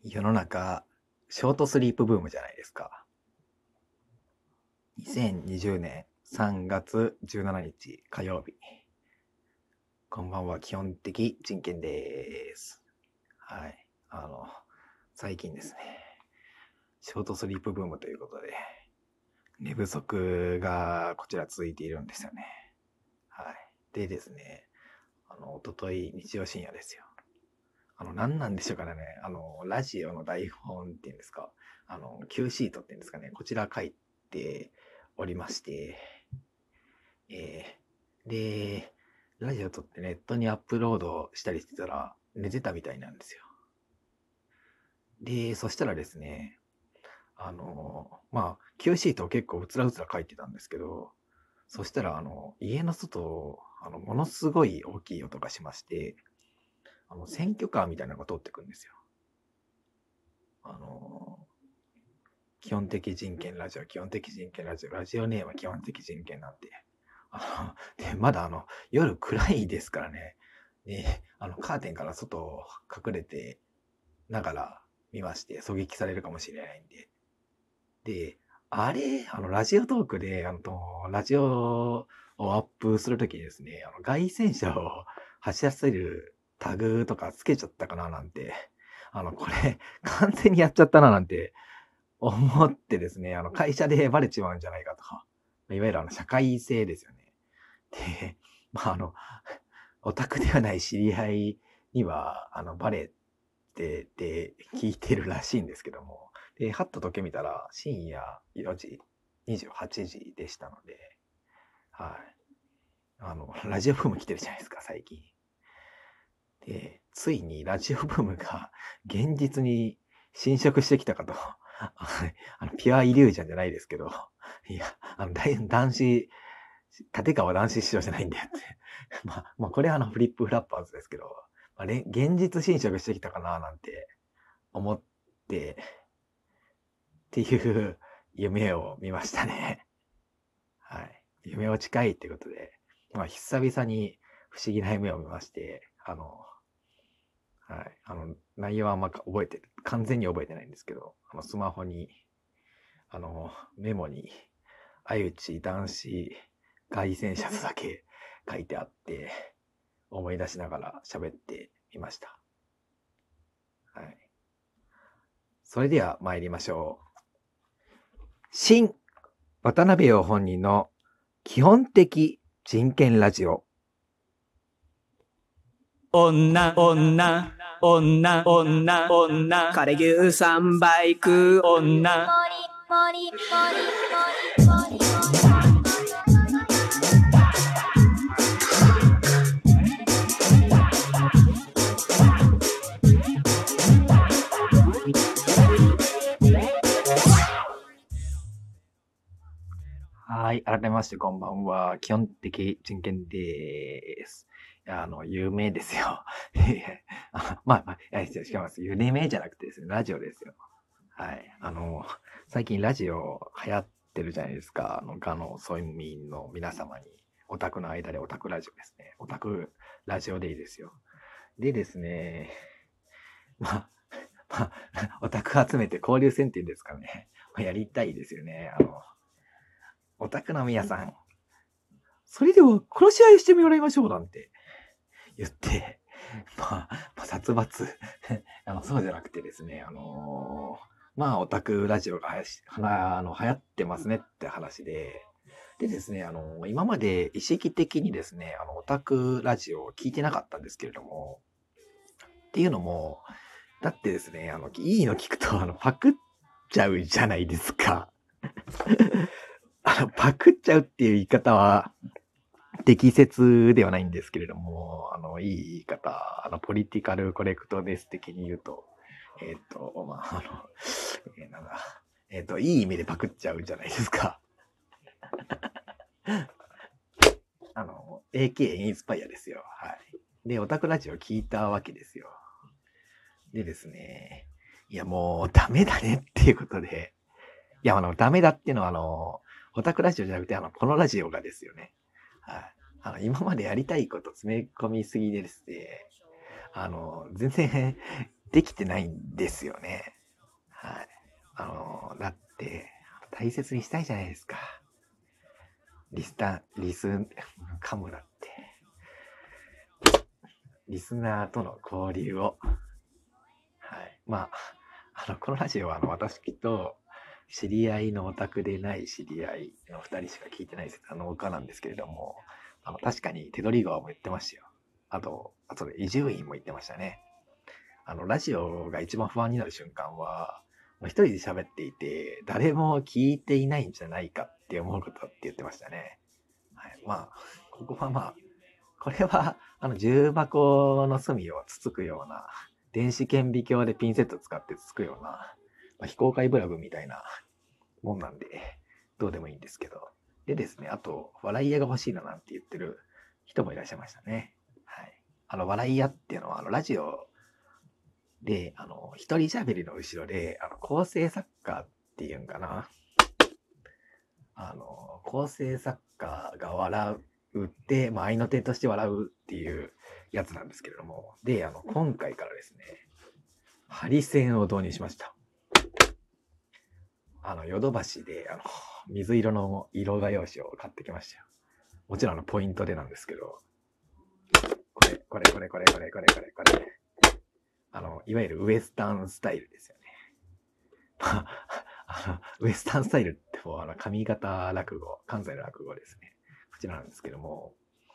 世の中、ショートスリープブームじゃないですか。2020年3月17日火曜日。こんばんは、基本的人権です。はい。最近ですね、ショートスリープブームということで、寝不足がこちら続いているんですよね。はい。でですね、おととい日曜深夜ですよ。何なんでしょうかね。ラジオの台本っていうんですか。Q シートっていうんですかね。こちら書いておりまして、で、ラジオ撮ってネットにアップロードしたりしてたら寝てたみたいなんですよ。で、そしたらですね、Q シートを結構うつらうつら書いてたんですけど、そしたら家の外、ものすごい大きい音がしまして、選挙カーみたいなのが通ってくるんですよ。基本的人権ラジオ、基本的人権ラジオ、ラジオネームは基本的人権なんて。で、まだ夜暗いですからね。で、カーテンから外を隠れてながら見まして、狙撃されるかもしれないんで。で、ラジオトークで、ラジオをアップするときにですね、街宣車を走らせるタグとかつけちゃったかななんて、これ、完全にやっちゃったななんて思ってですね、会社でバレちまうんじゃないかと。いわゆる社会性ですよね。で、オタクではない知り合いには、バレて聞いてるらしいんですけども、で、はっと時計見たら深夜4時、28時でしたので、はい。ラジオブーム来てるじゃないですか、最近。で、ついにラジオブームが現実に侵食してきたかと。ピュアイリュージョンじゃないですけど、いや、男子、立川男子師匠じゃないんだよって。これはフリップフラッパーズですけど、現実侵食してきたかななんて思って、っていう夢を見ましたね。はい。夢落ちかいってことで、久々に不思議な夢を見まして、はい。内容は完全に覚えてないんですけど、スマホに、メモに、相内男子外戦車とだけ書いてあって、思い出しながら喋ってみました。はい。それでは参りましょう。新渡辺陽本人の基本的人権ラジオ。 女、女、女、女、女、枯れ牛3倍食う女。 はい。改めまして、こんばんは。基本的人権です。有名ですよ。しかも、有名じゃなくてですね、ラジオですよ。はい。最近ラジオ流行ってるじゃないですか。ソイミンの皆様に、オタクの間でオタクラジオですね。オタクラジオでいいですよ。でですね、オタク集めて交流戦っていうんですかね。やりたいですよね。オタクの皆さん、それでは殺し合いしてもらいましょうなんて言って、殺伐そうじゃなくてですね、オタクラジオが流行ってますねって話で、でですね、今まで意識的にですね、オタクラジオを聞いてなかったんですけれども、っていうのも、だってですね、いいの聞くと、パクっちゃうじゃないですか。パクっちゃうっていう言い方は、適切ではないんですけれども、いい言い方、ポリティカルコレクトネス的に言うと、いい意味でパクっちゃうじゃないですか。AK インスパイアですよ。はい。で、オタクラジオ聞いたわけですよ。でですね、いやもうダメだねっていうことで、いや、ダメだっていうのはオタクラジオじゃなくて、このラジオがですよね。はい。今までやりたいこと詰め込みすぎでですね、全然できてないんですよね。はい。だって、大切にしたいじゃないですか。カムだって。リスナーとの交流を。はい。まあ、このラジオは私と知り合いのオタクでない知り合いの2人しか聞いてない岡なんですけれども、確かに手取り川も言ってましたよ。あとで伊集院も言ってましたね。ラジオが一番不安になる瞬間は、一人で喋っていて、誰も聞いていないんじゃないかって思うことって言ってましたね。はい。まあ、ここはこれは、重箱の隅をつつくような、電子顕微鏡でピンセット使ってつつくような、非公開ブラグみたいなもんなんで、どうでもいいんですけど。でですね、あと、笑い屋が欲しいななんて言ってる人もいらっしゃいましたね。はい。笑い屋っていうのは、ラジオで、一人喋りの後ろで、構成作家っていうんかな。構成作家が笑うって、合いの手として笑うっていうやつなんですけれども、で、今回からですね、ハリセンを導入しました。ヨドバシで、水色の色画用紙を買ってきましたよ。もちろんポイントでなんですけど、これ。いわゆるウエスタンスタイルですよね。ウエスタンスタイルって上方落語、関西の落語ですね。こちらなんですけども、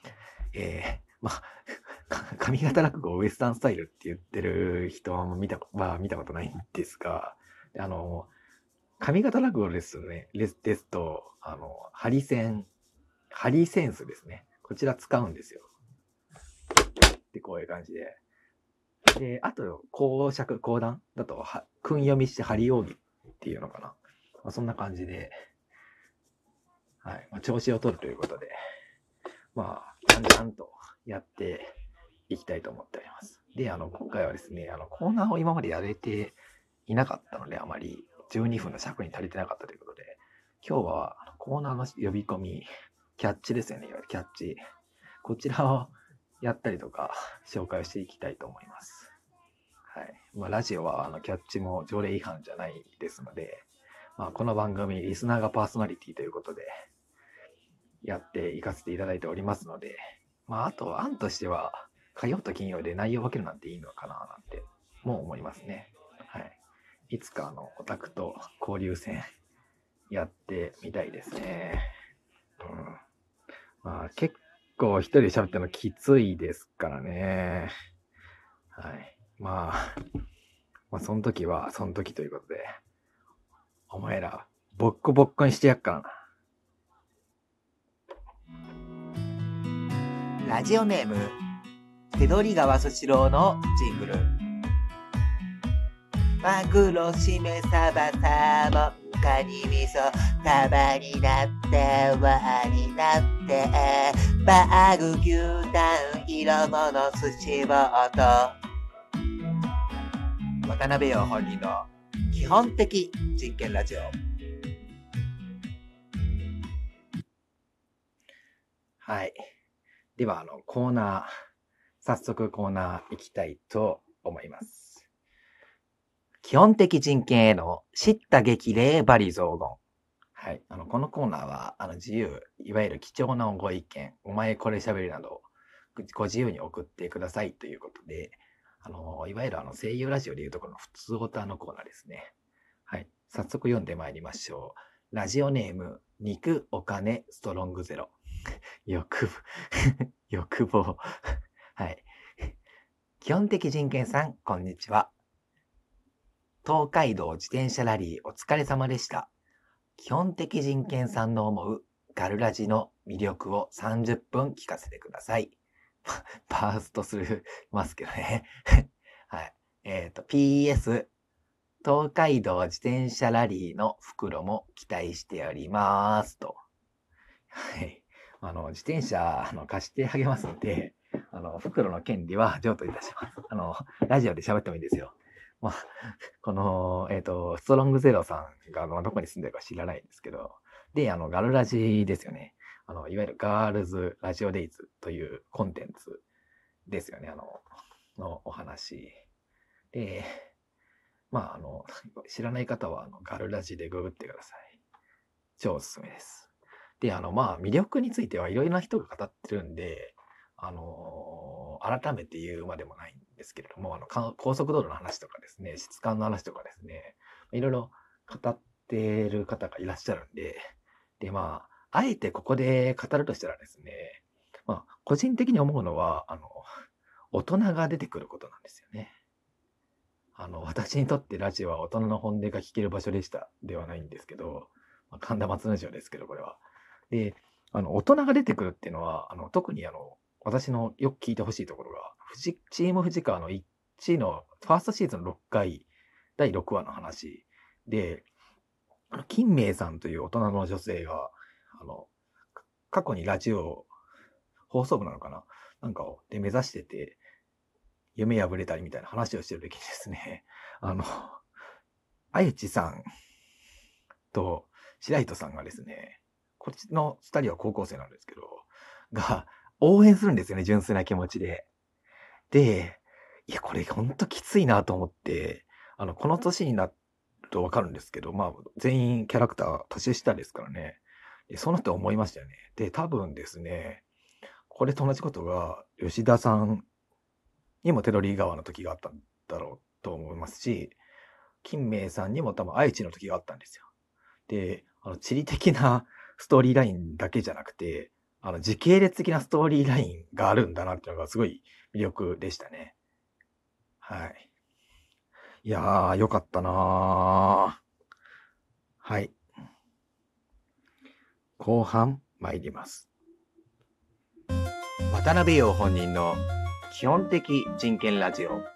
上方落語をウエスタンスタイルって言ってる人は見たことないんですが、上方落語ですと、ハリセンスですね。こちら使うんですよ。で、こういう感じで。で、あと、講談だと、訓読みしてハリ扇っていうのかな。そんな感じで、はい。調子を取るということで、ちゃんとやっていきたいと思っております。で、今回はですね、コーナーを今までやれていなかったので、あまり12分の尺に足りてなかったということで、今日はコーナーの呼び込み、キャッチですよね、いわゆるキャッチ。こちらをやったりとか、紹介をしていきたいと思います。はい。ラジオはキャッチも条例違反じゃないですので、この番組、リスナーがパーソナリティということで、やっていかせていただいておりますので、あと案としては、火曜と金曜で内容を分けるなんていいのかななんて、もう思いますね。はい。いつかオタクと交流戦やってみたいですね。結構一人で喋ってるのきついですからね。はい。その時はその時ということで、お前らボッコボッコにしてやっからな。ラジオネーム手取川スシローのジングル。マグロ、しめサバ、サーモン、カニ味噌、束になって輪になってバーグ牛タン色物寿司ボート。渡辺陽本人の基本的人権ラジオ。はい。ではコーナー、早速コーナー行きたいと思います。基本的人権への叱咤激励罵詈雑言。はい。このコーナーは、自由、いわゆる貴重なご意見、お前これ喋りなど、ご自由に送ってくださいということで、いわゆる声優ラジオでいうところの普通オタのコーナーですね。はい。早速読んでまいりましょう。ラジオネーム、肉、お金、ストロングゼロ。欲望。はい。基本的人権さん、こんにちは。東海道自転車ラリーお疲れ様でした。基本的人権さんの思うガルラジの魅力を30分聞かせてください。バーストするますけどね。はい。PS、東海道自転車ラリーの袋も期待しておりますと。はい。自転車貸してあげますんで、袋の権利は譲渡いたします。ラジオで喋ってもいいですよ。この、ストロングゼロさんがどこに住んでるか知らないんですけど、で、ガルラジですよね。いわゆるガールズラジオデイズというコンテンツですよね。のお話。 で、まあ、知らない方は、ガルラジでググってください。超おすすめです。で、まあ、魅力についてはいろいろな人が語ってるんで、改めて言うまでもないんですけれども、高速道路の話とかですね、質感の話とかですね、いろいろ語ってる方がいらっしゃるんで、で、まあ、あえてここで語るとしたらですね、まあ、個人的に思うのは、大人が出てくることなんですよね。私にとってラジオは大人の本音が聞ける場所でしたではないんですけど、まあ、神田松之丞ですけど、これは。で、大人が出てくるっていうのは、特に私のよく聞いてほしいところが、チーム藤川の1のファーストシーズン6回、第6話の話で、金明さんという大人の女性が、過去にラジオ放送部なのかななんかをで目指してて、夢破れたりみたいな話をしてる時にですね、あゆちさんと白糸さんがですね、こっちの2人は高校生なんですけど、が応援するんですよね、純粋な気持ちで。で、いや、これほんときついなと思って、この年になるとわかるんですけど、まあ、全員キャラクター年下ですからね。でその人思いましたよね。で、多分ですね、これと同じことが吉田さんにも手取り川の時があったんだろうと思いますし、金明さんにも多分愛知の時があったんですよ。で、地理的なストーリーラインだけじゃなくて、時系列的なストーリーラインがあるんだなっていうのがすごい魅力でしたね。はい。いやー、よかったなー。はい。後半参ります。渡辺陽本人の基本的人権ラジオ。